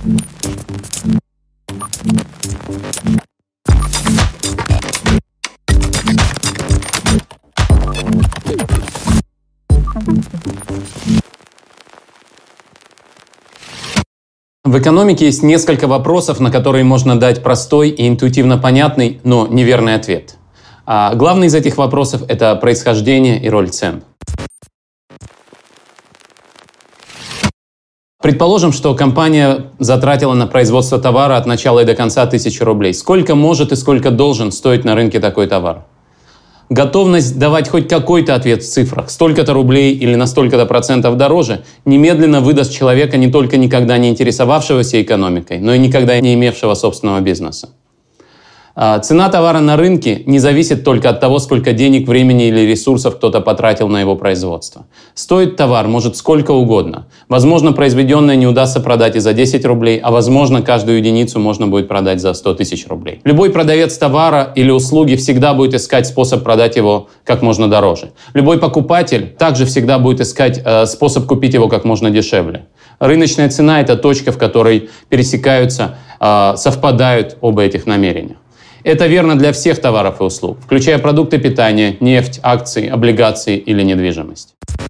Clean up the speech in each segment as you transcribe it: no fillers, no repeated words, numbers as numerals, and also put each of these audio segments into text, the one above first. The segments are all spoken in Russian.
В экономике есть несколько вопросов, на которые можно дать простой и интуитивно понятный, но неверный ответ. А главный из этих вопросов – это происхождение и роль цен. Предположим, что компания затратила на производство товара от начала и до конца 1000 рублей. Сколько может и сколько должен стоить на рынке такой товар? Готовность давать хоть какой-то ответ в цифрах, столько-то рублей или на столько-то процентов дороже, немедленно выдаст человека не только никогда не интересовавшегося экономикой, но и никогда не имевшего собственного бизнеса. Цена товара на рынке не зависит только от того, сколько денег, времени или ресурсов кто-то потратил на его производство. Стоит товар может сколько угодно. Возможно, произведенное не удастся продать и за 10 рублей, а возможно, каждую единицу можно будет продать за 100 тысяч рублей. Любой продавец товара или услуги всегда будет искать способ продать его как можно дороже. Любой покупатель также всегда будет искать способ купить его как можно дешевле. Рыночная цена – это точка, в которой пересекаются, совпадают оба этих намерения. Это верно для всех товаров и услуг, включая продукты питания, нефть, акции, облигации или недвижимость.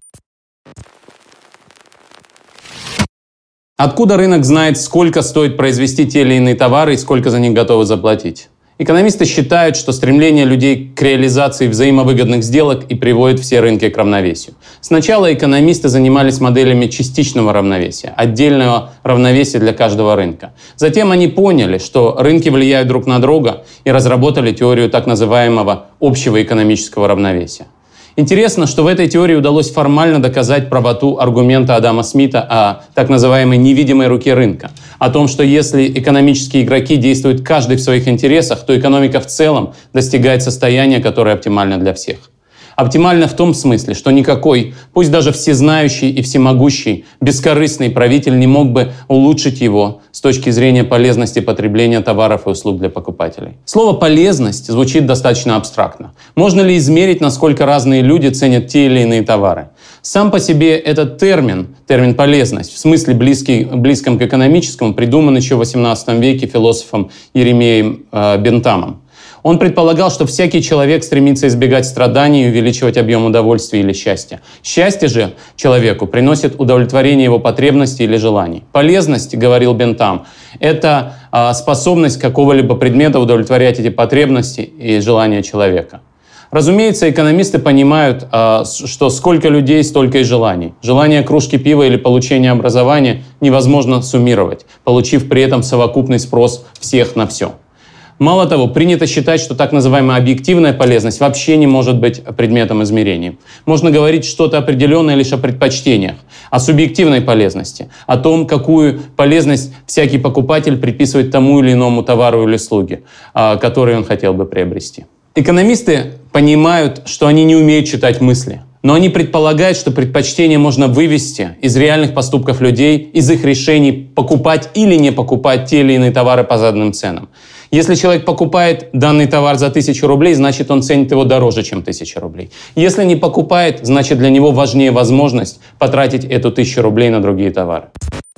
Откуда рынок знает, сколько стоит произвести те или иные товары и сколько за них готовы заплатить? Экономисты считают, что стремление людей к реализации взаимовыгодных сделок и приводит все рынки к равновесию. Сначала экономисты занимались моделями частичного равновесия, отдельного равновесия для каждого рынка. Затем они поняли, что рынки влияют друг на друга и разработали теорию так называемого общего экономического равновесия. Интересно, что в этой теории удалось формально доказать правоту аргумента Адама Смита о так называемой невидимой руке рынка, о том, что если экономические игроки действуют каждый в своих интересах, то экономика в целом достигает состояния, которое оптимально для всех. Оптимально в том смысле, что никакой, пусть даже всезнающий и всемогущий, бескорыстный правитель не мог бы улучшить его с точки зрения полезности потребления товаров и услуг для покупателей. Слово «полезность» звучит достаточно абстрактно. Можно ли измерить, насколько разные люди ценят те или иные товары? Сам по себе этот термин «полезность», в смысле близком к экономическому, придуман еще в XVIII веке философом Еремеем Бентамом. Он предполагал, что всякий человек стремится избегать страданий и увеличивать объем удовольствия или счастья. Счастье же человеку приносит удовлетворение его потребностей или желаний. Полезность, говорил Бентам, это способность какого-либо предмета удовлетворять эти потребности и желания человека. Разумеется, экономисты понимают, что сколько людей, столько и желаний. Желание кружки пива или получение образования невозможно суммировать, получив при этом совокупный спрос всех на все. Мало того, принято считать, что так называемая объективная полезность вообще не может быть предметом измерения. Можно говорить что-то определенное лишь о предпочтениях, о субъективной полезности, о том, какую полезность всякий покупатель приписывает тому или иному товару или услуге, который он хотел бы приобрести. Экономисты понимают, что они не умеют читать мысли, но они предполагают, что предпочтение можно вывести из реальных поступков людей, из их решений покупать или не покупать те или иные товары по заданным ценам. Если человек покупает данный товар за 1000 рублей, значит, он ценит его дороже, чем 1000 рублей. Если не покупает, значит, для него важнее возможность потратить эту 1000 рублей на другие товары.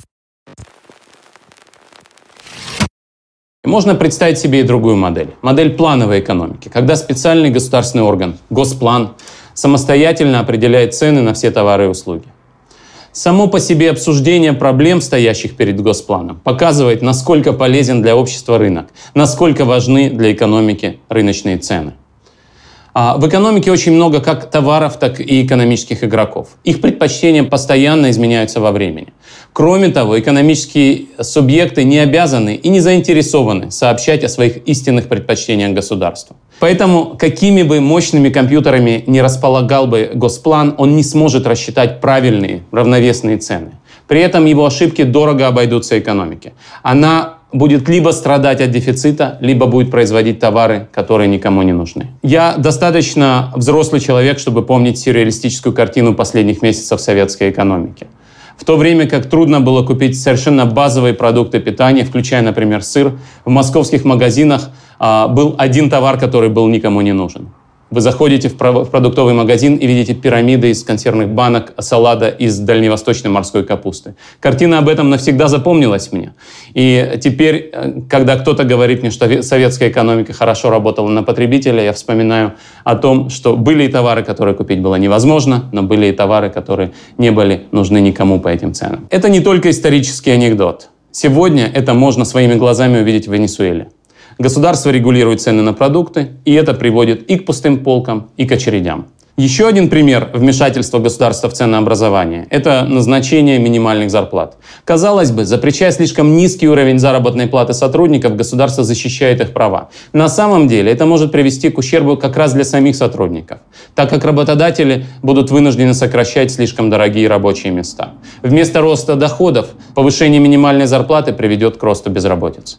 Можно представить себе и другую модель. Модель плановой экономики, когда специальный государственный орган, Госплан, самостоятельно определяет цены на все товары и услуги. Само по себе обсуждение проблем, стоящих перед Госпланом, показывает, насколько полезен для общества рынок, насколько важны для экономики рыночные цены. В экономике очень много как товаров, так и экономических игроков. Их предпочтения постоянно изменяются во времени. Кроме того, экономические субъекты не обязаны и не заинтересованы сообщать о своих истинных предпочтениях государству. Поэтому, какими бы мощными компьютерами ни располагал бы Госплан, он не сможет рассчитать правильные, равновесные цены. При этом его ошибки дорого обойдутся экономике. Она будет либо страдать от дефицита, либо будет производить товары, которые никому не нужны. Я достаточно взрослый человек, чтобы помнить сюрреалистическую картину последних месяцев советской экономики. В то время как трудно было купить совершенно базовые продукты питания, включая, например, сыр, в московских магазинах был один товар, который был никому не нужен. Вы заходите в продуктовый магазин и видите пирамиды из консервных банок салата из дальневосточной морской капусты. Картина об этом навсегда запомнилась мне. И теперь, когда кто-то говорит мне, что советская экономика хорошо работала на потребителя, я вспоминаю о том, что были и товары, которые купить было невозможно, но были и товары, которые не были нужны никому по этим ценам. Это не только исторический анекдот. Сегодня это можно своими глазами увидеть в Венесуэле. Государство регулирует цены на продукты, и это приводит и к пустым полкам, и к очередям. Еще один пример вмешательства государства в ценообразование – это назначение минимальных зарплат. Казалось бы, запрещая слишком низкий уровень заработной платы сотрудников, государство защищает их права. На самом деле это может привести к ущербу как раз для самих сотрудников, так как работодатели будут вынуждены сокращать слишком дорогие рабочие места. Вместо роста доходов повышение минимальной зарплаты приведет к росту безработицы.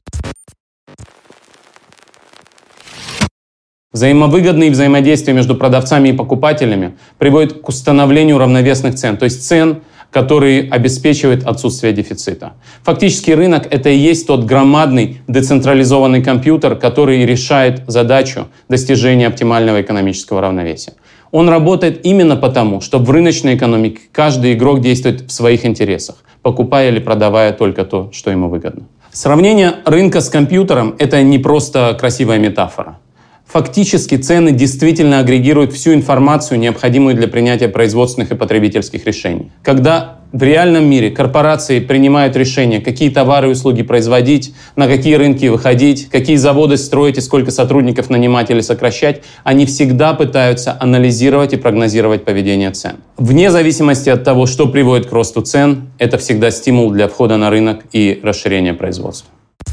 Взаимовыгодные взаимодействия между продавцами и покупателями приводят к установлению равновесных цен, то есть цен, которые обеспечивают отсутствие дефицита. Фактически рынок — это и есть тот громадный децентрализованный компьютер, который решает задачу достижения оптимального экономического равновесия. Он работает именно потому, что в рыночной экономике каждый игрок действует в своих интересах, покупая или продавая только то, что ему выгодно. Сравнение рынка с компьютером — это не просто красивая метафора. Фактически цены действительно агрегируют всю информацию, необходимую для принятия производственных и потребительских решений. Когда в реальном мире корпорации принимают решения, какие товары и услуги производить, на какие рынки выходить, какие заводы строить и сколько сотрудников нанимать или сокращать, они всегда пытаются анализировать и прогнозировать поведение цен. Вне зависимости от того, что приводит к росту цен, это всегда стимул для входа на рынок и расширения производства.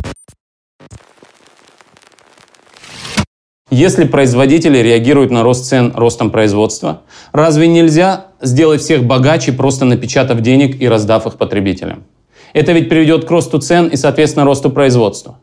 Если производители реагируют на рост цен ростом производства, разве нельзя сделать всех богаче, просто напечатав денег и раздав их потребителям? Это ведь приведет к росту цен и, соответственно, росту производства.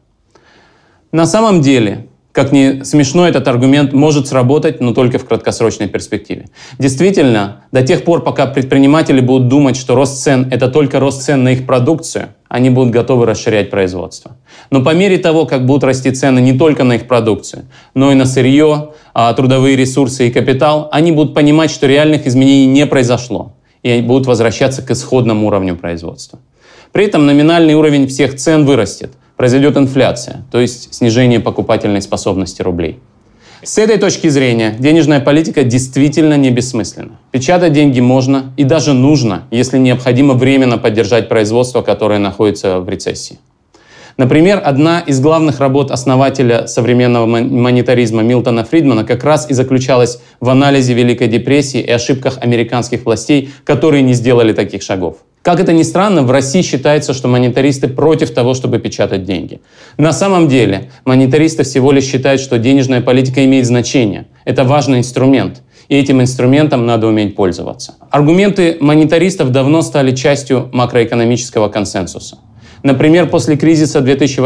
На самом деле, как ни смешно, этот аргумент может сработать, но только в краткосрочной перспективе. Действительно, до тех пор, пока предприниматели будут думать, что рост цен — это только рост цен на их продукцию, они будут готовы расширять производство. Но по мере того, как будут расти цены не только на их продукцию, но и на сырье, трудовые ресурсы и капитал, они будут понимать, что реальных изменений не произошло, и будут возвращаться к исходному уровню производства. При этом номинальный уровень всех цен вырастет. Произойдет инфляция, то есть снижение покупательной способности рублей. С этой точки зрения денежная политика действительно не бессмысленна. Печатать деньги можно и даже нужно, если необходимо временно поддержать производство, которое находится в рецессии. Например, одна из главных работ основателя современного монетаризма Милтона Фридмана как раз и заключалась в анализе Великой депрессии и ошибках американских властей, которые не сделали таких шагов. Как это ни странно, в России считается, что монетаристы против того, чтобы печатать деньги. На самом деле, монетаристы всего лишь считают, что денежная политика имеет значение. Это важный инструмент, и этим инструментом надо уметь пользоваться. Аргументы монетаристов давно стали частью макроэкономического консенсуса. Например, после кризиса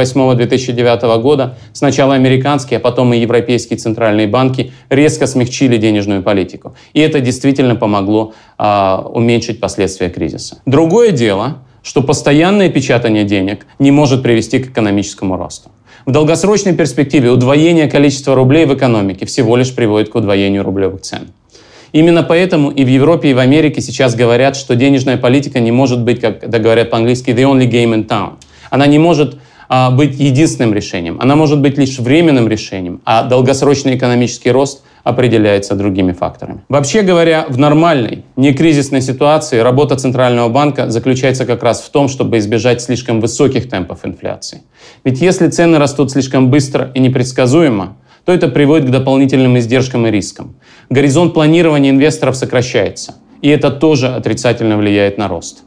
2008-2009 года сначала американские, а потом и европейские центральные банки резко смягчили денежную политику. И это действительно помогло уменьшить последствия кризиса. Другое дело, что постоянное печатание денег не может привести к экономическому росту. В долгосрочной перспективе удвоение количества рублей в экономике всего лишь приводит к удвоению рублевых цен. Именно поэтому и в Европе, и в Америке сейчас говорят, что денежная политика не может быть, как это говорят по-английски, the only game in town. Она не может быть единственным решением. Она может быть лишь временным решением, а долгосрочный экономический рост определяется другими факторами. Вообще говоря, в нормальной, некризисной ситуации работа Центрального банка заключается как раз в том, чтобы избежать слишком высоких темпов инфляции. Ведь если цены растут слишком быстро и непредсказуемо, то это приводит к дополнительным издержкам и рискам. Горизонт планирования инвесторов сокращается, и это тоже отрицательно влияет на рост.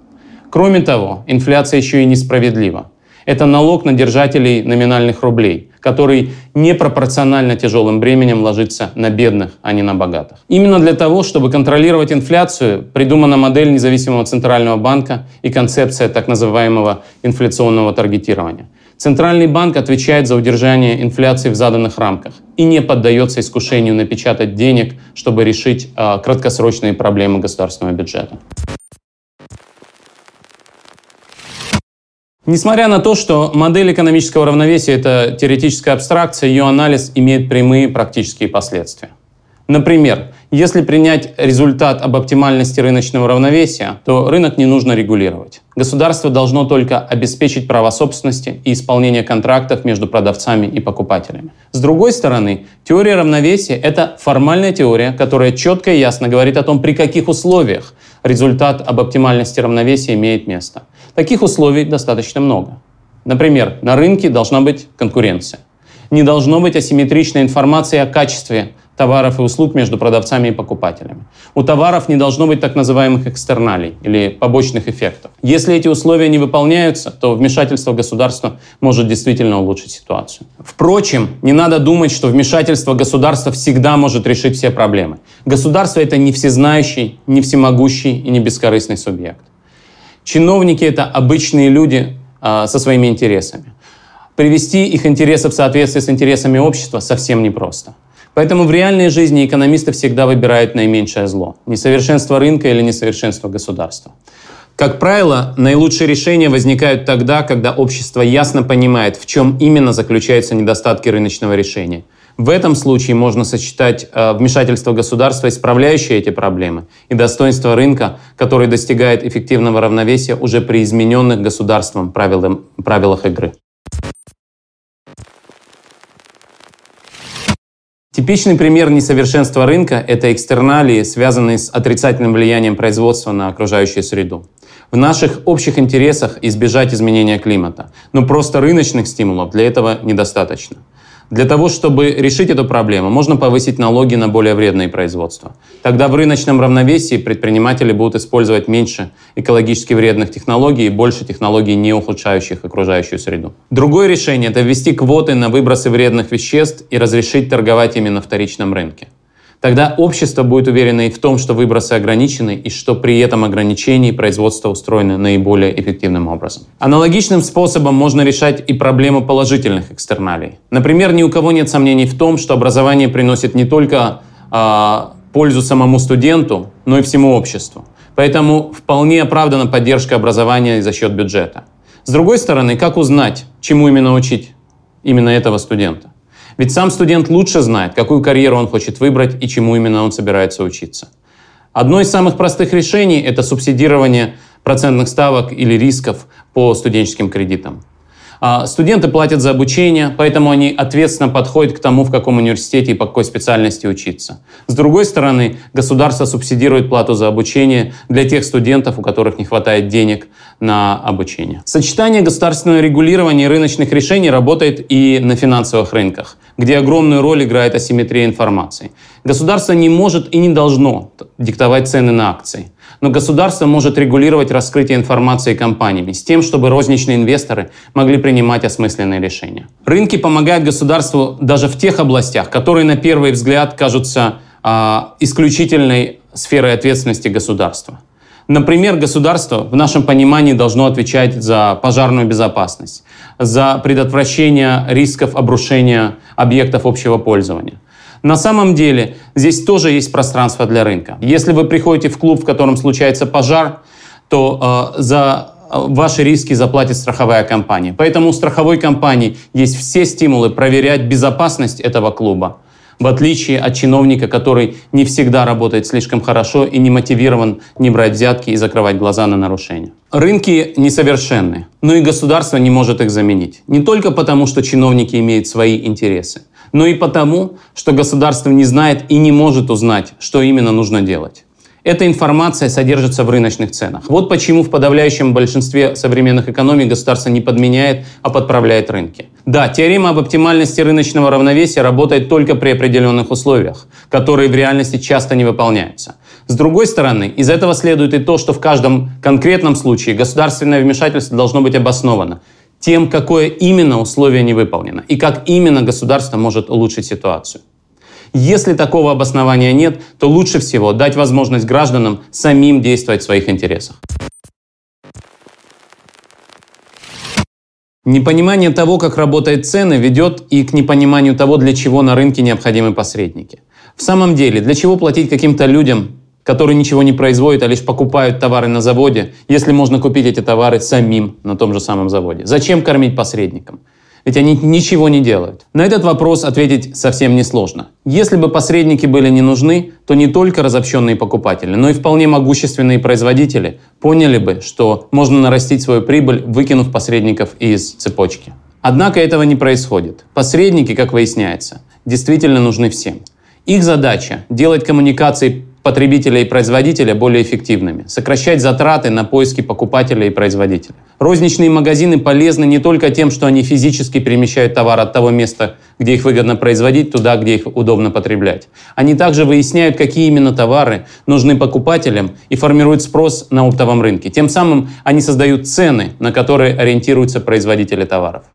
Кроме того, инфляция еще и несправедлива. Это налог на держателей номинальных рублей, который непропорционально тяжелым бременем ложится на бедных, а не на богатых. Именно для того, чтобы контролировать инфляцию, придумана модель независимого центрального банка и концепция так называемого инфляционного таргетирования. Центральный банк отвечает за удержание инфляции в заданных рамках и не поддается искушению напечатать денег, чтобы решить краткосрочные проблемы государственного бюджета. Несмотря на то, что модель экономического равновесия — это теоретическая абстракция, ее анализ имеет прямые практические последствия. Например, если принять результат об оптимальности рыночного равновесия, то рынок не нужно регулировать. Государство должно только обеспечить право собственности и исполнение контрактов между продавцами и покупателями. С другой стороны, теория равновесия – это формальная теория, которая четко и ясно говорит о том, при каких условиях результат об оптимальности равновесия имеет место. Таких условий достаточно много. Например, на рынке должна быть конкуренция. Не должно быть асимметричной информации о качестве товаров и услуг между продавцами и покупателями. У товаров не должно быть так называемых экстерналей или побочных эффектов. Если эти условия не выполняются, то вмешательство государства может действительно улучшить ситуацию. Впрочем, не надо думать, что вмешательство государства всегда может решить все проблемы. Государство — это не всезнающий, не всемогущий и не бескорыстный субъект. Чиновники — это обычные люди со своими интересами. Привести их интересы в соответствие с интересами общества совсем непросто. Поэтому в реальной жизни экономисты всегда выбирают наименьшее зло – несовершенство рынка или несовершенство государства. Как правило, наилучшие решения возникают тогда, когда общество ясно понимает, в чем именно заключаются недостатки рыночного решения. В этом случае можно сочетать вмешательство государства, исправляющее эти проблемы, и достоинство рынка, который достигает эффективного равновесия уже при измененных государством правилах игры. Типичный пример несовершенства рынка – это экстерналии, связанные с отрицательным влиянием производства на окружающую среду. В наших общих интересах избежать изменения климата, но просто рыночных стимулов для этого недостаточно. Для того, чтобы решить эту проблему, можно повысить налоги на более вредные производства. Тогда в рыночном равновесии предприниматели будут использовать меньше экологически вредных технологий и больше технологий, не ухудшающих окружающую среду. Другое решение – это ввести квоты на выбросы вредных веществ и разрешить торговать ими на вторичном рынке. Тогда общество будет уверено и в том, что выбросы ограничены, и что при этом ограничении производство устроено наиболее эффективным образом. Аналогичным способом можно решать и проблему положительных экстерналий. Например, ни у кого нет сомнений в том, что образование приносит не только пользу самому студенту, но и всему обществу. Поэтому вполне оправдана поддержка образования за счет бюджета. С другой стороны, как узнать, чему именно учить именно этого студента? Ведь сам студент лучше знает, какую карьеру он хочет выбрать и чему именно он собирается учиться. Одно из самых простых решений – это субсидирование процентных ставок или рисков по студенческим кредитам. Студенты платят за обучение, поэтому они ответственно подходят к тому, в каком университете и по какой специальности учиться. С другой стороны, государство субсидирует плату за обучение для тех студентов, у которых не хватает денег на обучение. Сочетание государственного регулирования и рыночных решений работает и на финансовых рынках, где огромную роль играет асимметрия информации. Государство не может и не должно диктовать цены на акции. Но государство может регулировать раскрытие информации компаниями с тем, чтобы розничные инвесторы могли принимать осмысленные решения. Рынки помогают государству даже в тех областях, которые на первый взгляд кажутся исключительной сферой ответственности государства. Например, государство в нашем понимании должно отвечать за пожарную безопасность, за предотвращение рисков обрушения объектов общего пользования. На самом деле здесь тоже есть пространство для рынка. Если вы приходите в клуб, в котором случается пожар, то за ваши риски заплатит страховая компания. Поэтому у страховой компании есть все стимулы проверять безопасность этого клуба, в отличие от чиновника, который не всегда работает слишком хорошо и не мотивирован не брать взятки и закрывать глаза на нарушения. Рынки несовершенны, но и государство не может их заменить. Не только потому, что чиновники имеют свои интересы, но и потому, что государство не знает и не может узнать, что именно нужно делать. Эта информация содержится в рыночных ценах. Вот почему в подавляющем большинстве современных экономик государство не подменяет, а подправляет рынки. Да, теорема об оптимальности рыночного равновесия работает только при определенных условиях, которые в реальности часто не выполняются. С другой стороны, из этого следует и то, что в каждом конкретном случае государственное вмешательство должно быть обосновано тем, какое именно условие не выполнено и как именно государство может улучшить ситуацию. Если такого обоснования нет, то лучше всего дать возможность гражданам самим действовать в своих интересах. Непонимание того, как работают цены, ведет и к непониманию того, для чего на рынке необходимы посредники. В самом деле, для чего платить каким-то людям, которые ничего не производят, а лишь покупают товары на заводе, если можно купить эти товары самим на том же самом заводе? Зачем кормить посредникам? Ведь они ничего не делают. На этот вопрос ответить совсем несложно. Если бы посредники были не нужны, то не только разобщенные покупатели, но и вполне могущественные производители поняли бы, что можно нарастить свою прибыль, выкинув посредников из цепочки. Однако этого не происходит. Посредники, как выясняется, действительно нужны всем. Их задача – делать коммуникации потребителя и производителя более эффективными, сокращать затраты на поиски покупателя и производителя. Розничные магазины полезны не только тем, что они физически перемещают товар от того места, где их выгодно производить, туда, где их удобно потреблять. Они также выясняют, какие именно товары нужны покупателям и формируют спрос на оптовом рынке. Тем самым они создают цены, на которые ориентируются производители товаров.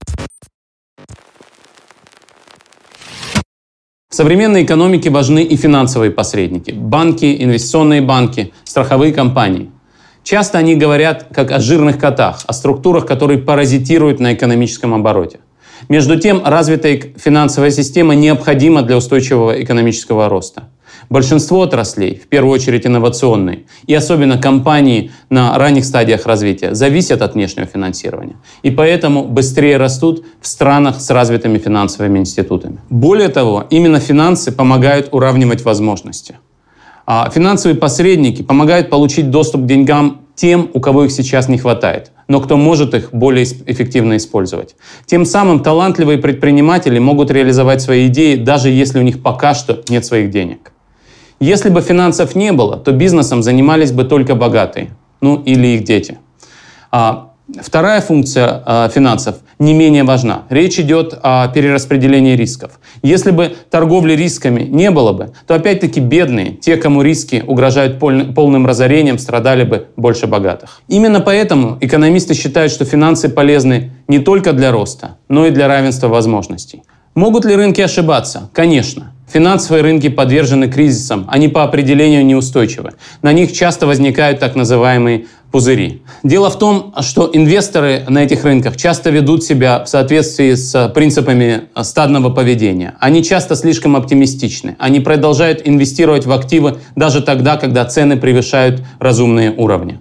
В современной экономике важны и финансовые посредники – банки, инвестиционные банки, страховые компании. Часто они говорят как о жирных котах, о структурах, которые паразитируют на экономическом обороте. Между тем, развитая финансовая система необходима для устойчивого экономического роста. Большинство отраслей, в первую очередь инновационные, и особенно компании на ранних стадиях развития, зависят от внешнего финансирования. И поэтому быстрее растут в странах с развитыми финансовыми институтами. Более того, именно финансы помогают уравнивать возможности. А финансовые посредники помогают получить доступ к деньгам тем, у кого их сейчас не хватает, но кто может их более эффективно использовать. Тем самым талантливые предприниматели могут реализовать свои идеи, даже если у них пока что нет своих денег. Если бы финансов не было, то бизнесом занимались бы только богатые, или их дети. Вторая функция финансов не менее важна. Речь идет о перераспределении рисков. Если бы торговли рисками не было бы, то опять-таки бедные, те, кому риски угрожают полным разорением, страдали бы больше богатых. Именно поэтому экономисты считают, что финансы полезны не только для роста, но и для равенства возможностей. Могут ли рынки ошибаться? Конечно. Финансовые рынки подвержены кризисам, они по определению неустойчивы. На них часто возникают так называемые пузыри. Дело в том, что инвесторы на этих рынках часто ведут себя в соответствии с принципами стадного поведения. Они часто слишком оптимистичны. Они продолжают инвестировать в активы даже тогда, когда цены превышают разумные уровни.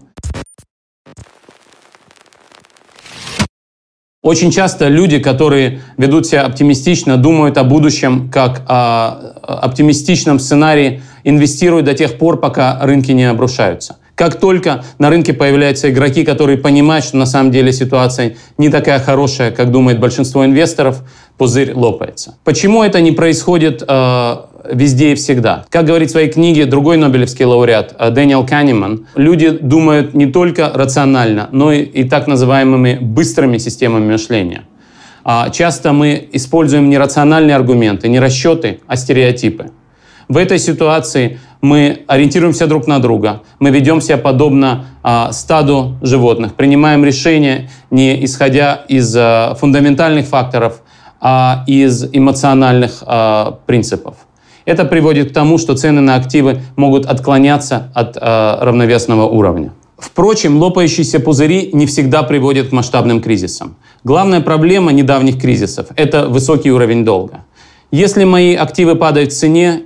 Очень часто люди, которые ведут себя оптимистично, думают о будущем как о оптимистичном сценарии, инвестируют до тех пор, пока рынки не обрушаются. Как только на рынке появляются игроки, которые понимают, что на самом деле ситуация не такая хорошая, как думает большинство инвесторов, пузырь лопается. Почему это не происходит везде и всегда? Как говорит в своей книге другой нобелевский лауреат Дэниел Канеман, люди думают не только рационально, но и так называемыми быстрыми системами мышления. Часто мы используем не рациональные аргументы, не расчеты, а стереотипы. В этой ситуации мы ориентируемся друг на друга, мы ведем себя подобно стаду животных, принимаем решения не исходя из фундаментальных факторов, а из эмоциональных принципов. Это приводит к тому, что цены на активы могут отклоняться от равновесного уровня. Впрочем, лопающиеся пузыри не всегда приводят к масштабным кризисам. Главная проблема недавних кризисов – это высокий уровень долга. Если мои активы падают в цене,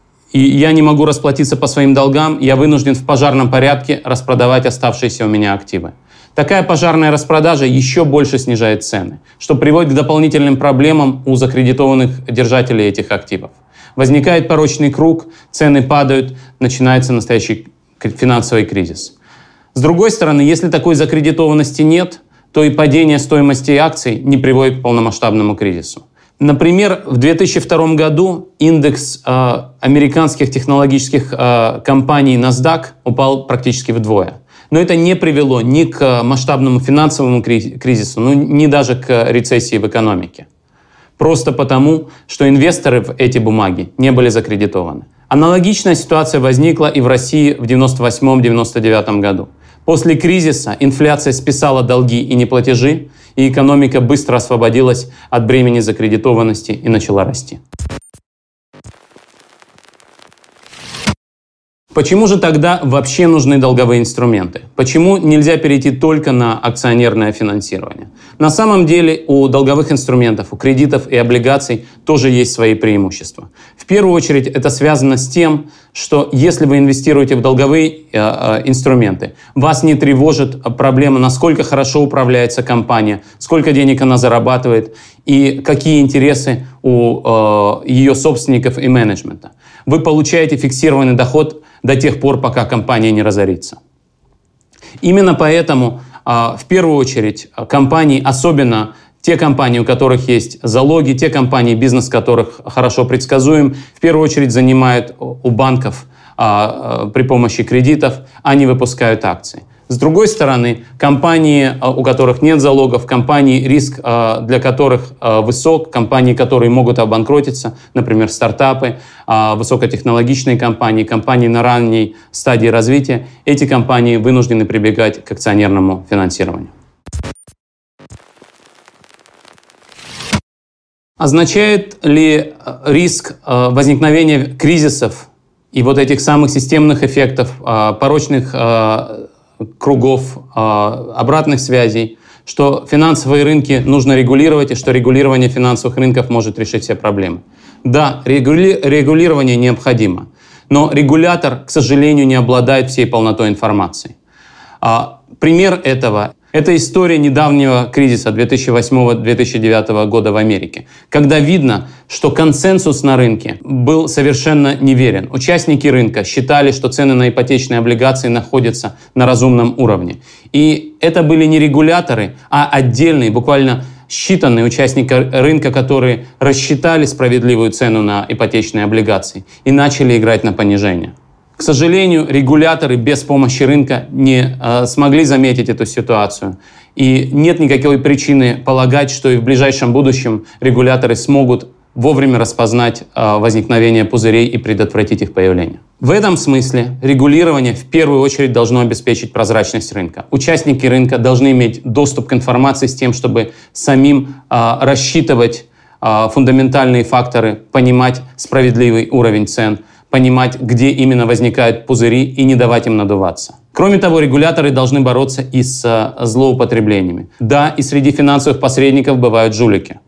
и я не могу расплатиться по своим долгам, я вынужден в пожарном порядке распродавать оставшиеся у меня активы. Такая пожарная распродажа еще больше снижает цены, что приводит к дополнительным проблемам у закредитованных держателей этих активов. Возникает порочный круг, цены падают, начинается настоящий финансовый кризис. С другой стороны, если такой закредитованности нет, то и падение стоимости акций не приводит к полномасштабному кризису. Например, в 2002 году индекс американских технологических компаний NASDAQ упал практически вдвое. Но это не привело ни к масштабному финансовому кризису, ни даже к рецессии в экономике. Просто потому, что инвесторы в эти бумаги не были закредитованы. Аналогичная ситуация возникла и в России в 1998-1999 году. После кризиса инфляция списала долги и неплатежи, и экономика быстро освободилась от бремени закредитованности и начала расти. Почему же тогда вообще нужны долговые инструменты? Почему нельзя перейти только на акционерное финансирование? На самом деле у долговых инструментов, у кредитов и облигаций тоже есть свои преимущества. В первую очередь это связано с тем, что если вы инвестируете в долговые инструменты, вас не тревожит проблема, насколько хорошо управляется компания, сколько денег она зарабатывает и какие интересы у ее собственников и менеджмента. Вы получаете фиксированный доход до тех пор, пока компания не разорится. Именно поэтому, в первую очередь, компании, особенно те компании, у которых есть залоги, те компании, бизнес которых хорошо предсказуем, в первую очередь занимают у банков при помощи кредитов, они выпускают акции. С другой стороны, компании, у которых нет залогов, компании, риск для которых высок, компании, которые могут обанкротиться, например, стартапы, высокотехнологичные компании, компании на ранней стадии развития, эти компании вынуждены прибегать к акционерному финансированию. Означает ли риск возникновения кризисов и вот этих самых системных эффектов, порочных кругов, обратных связей, что финансовые рынки нужно регулировать и что регулирование финансовых рынков может решить все проблемы? Да, регулирование необходимо, но регулятор, к сожалению, не обладает всей полнотой информации. Пример этого — это история недавнего кризиса 2008-2009 года в Америке, когда видно, что консенсус на рынке был совершенно неверен. Участники рынка считали, что цены на ипотечные облигации находятся на разумном уровне. И это были не регуляторы, а отдельные, буквально считанные участники рынка, которые рассчитали справедливую цену на ипотечные облигации и начали играть на понижение. К сожалению, регуляторы без помощи рынка не смогли заметить эту ситуацию. И нет никакой причины полагать, что и в ближайшем будущем регуляторы смогут вовремя распознать возникновение пузырей и предотвратить их появление. В этом смысле регулирование в первую очередь должно обеспечить прозрачность рынка. Участники рынка должны иметь доступ к информации с тем, чтобы самим рассчитывать фундаментальные факторы, понимать справедливый уровень цен, понимать, где именно возникают пузыри и не давать им надуваться. Кроме того, регуляторы должны бороться и с злоупотреблениями. Да, и среди финансовых посредников бывают жулики.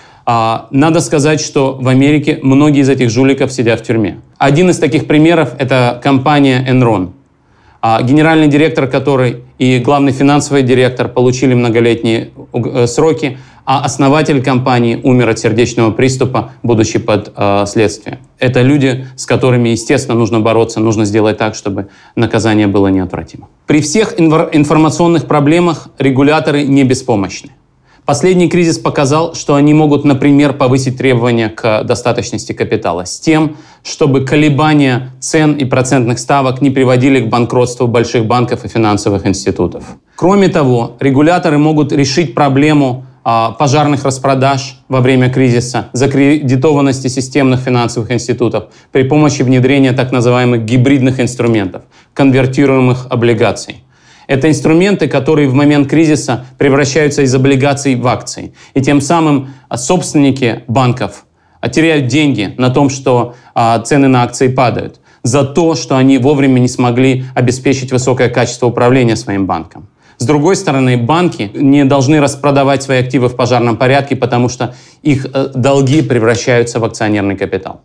Надо сказать, что в Америке многие из этих жуликов сидят в тюрьме. Один из таких примеров — это компания Enron, генеральный директор которой и главный финансовый директор получили многолетние сроки, а основатель компании умер от сердечного приступа, будучи под следствием. Это люди, с которыми, естественно, нужно бороться, нужно сделать так, чтобы наказание было неотвратимо. При всех информационных проблемах регуляторы не беспомощны. Последний кризис показал, что они могут, например, повысить требования к достаточности капитала с тем, чтобы колебания цен и процентных ставок не приводили к банкротству больших банков и финансовых институтов. Кроме того, регуляторы могут решить проблему пожарных распродаж во время кризиса, закредитованности системных финансовых институтов при помощи внедрения так называемых гибридных инструментов, конвертируемых облигаций. Это инструменты, которые в момент кризиса превращаются из облигаций в акции. И тем самым собственники банков теряют деньги на том, что цены на акции падают, за то, что они вовремя не смогли обеспечить высокое качество управления своим банком. С другой стороны, банки не должны распродавать свои активы в пожарном порядке, потому что их долги превращаются в акционерный капитал.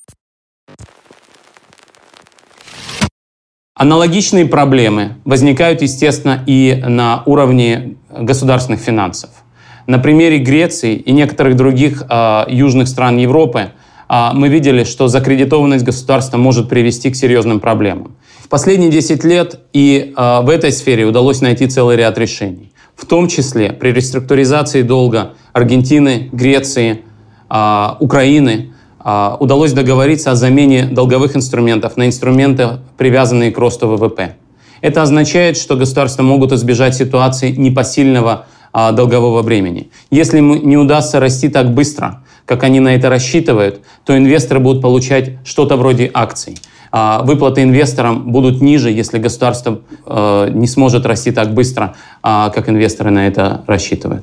Аналогичные проблемы возникают, естественно, и на уровне государственных финансов. На примере Греции и некоторых других южных стран Европы мы видели, что закредитованность государства может привести к серьезным проблемам. В последние 10 лет и в этой сфере удалось найти целый ряд решений. В том числе при реструктуризации долга Аргентины, Греции, Украины удалось договориться о замене долговых инструментов на инструменты, привязанные к росту ВВП. Это означает, что государства могут избежать ситуации непосильного долгового бремени. Если не удастся расти так быстро, как они на это рассчитывают, то инвесторы будут получать что-то вроде акций. Выплаты инвесторам будут ниже, если государство не сможет расти так быстро, как инвесторы на это рассчитывают.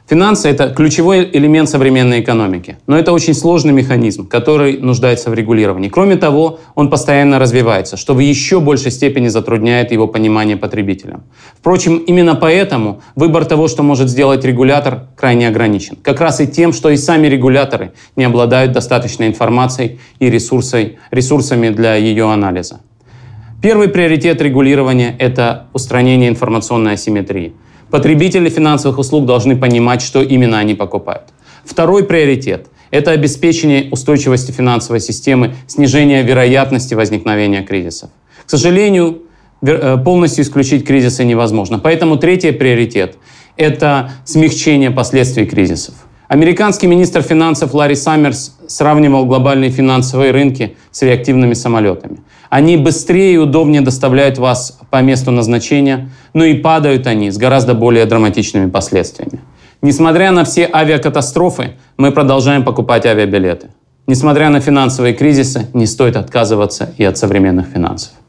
Финансы – это ключевой элемент современной экономики, но это очень сложный механизм, который нуждается в регулировании. Кроме того, он постоянно развивается, что в еще большей степени затрудняет его понимание потребителям. Впрочем, именно поэтому выбор того, что может сделать регулятор, крайне ограничен. Как раз и тем, что и сами регуляторы не обладают достаточной информацией и ресурсами для ее анализа. Первый приоритет регулирования – это устранение информационной асимметрии. Потребители финансовых услуг должны понимать, что именно они покупают. Второй приоритет – это обеспечение устойчивости финансовой системы, снижение вероятности возникновения кризисов. К сожалению, полностью исключить кризисы невозможно. Поэтому третий приоритет – это смягчение последствий кризисов. Американский министр финансов Ларри Саммерс сравнивал глобальные финансовые рынки с реактивными самолетами. Они быстрее и удобнее доставляют вас по месту назначения, но и падают они с гораздо более драматичными последствиями. Несмотря на все авиакатастрофы, мы продолжаем покупать авиабилеты. Несмотря на финансовые кризисы, не стоит отказываться и от современных финансов.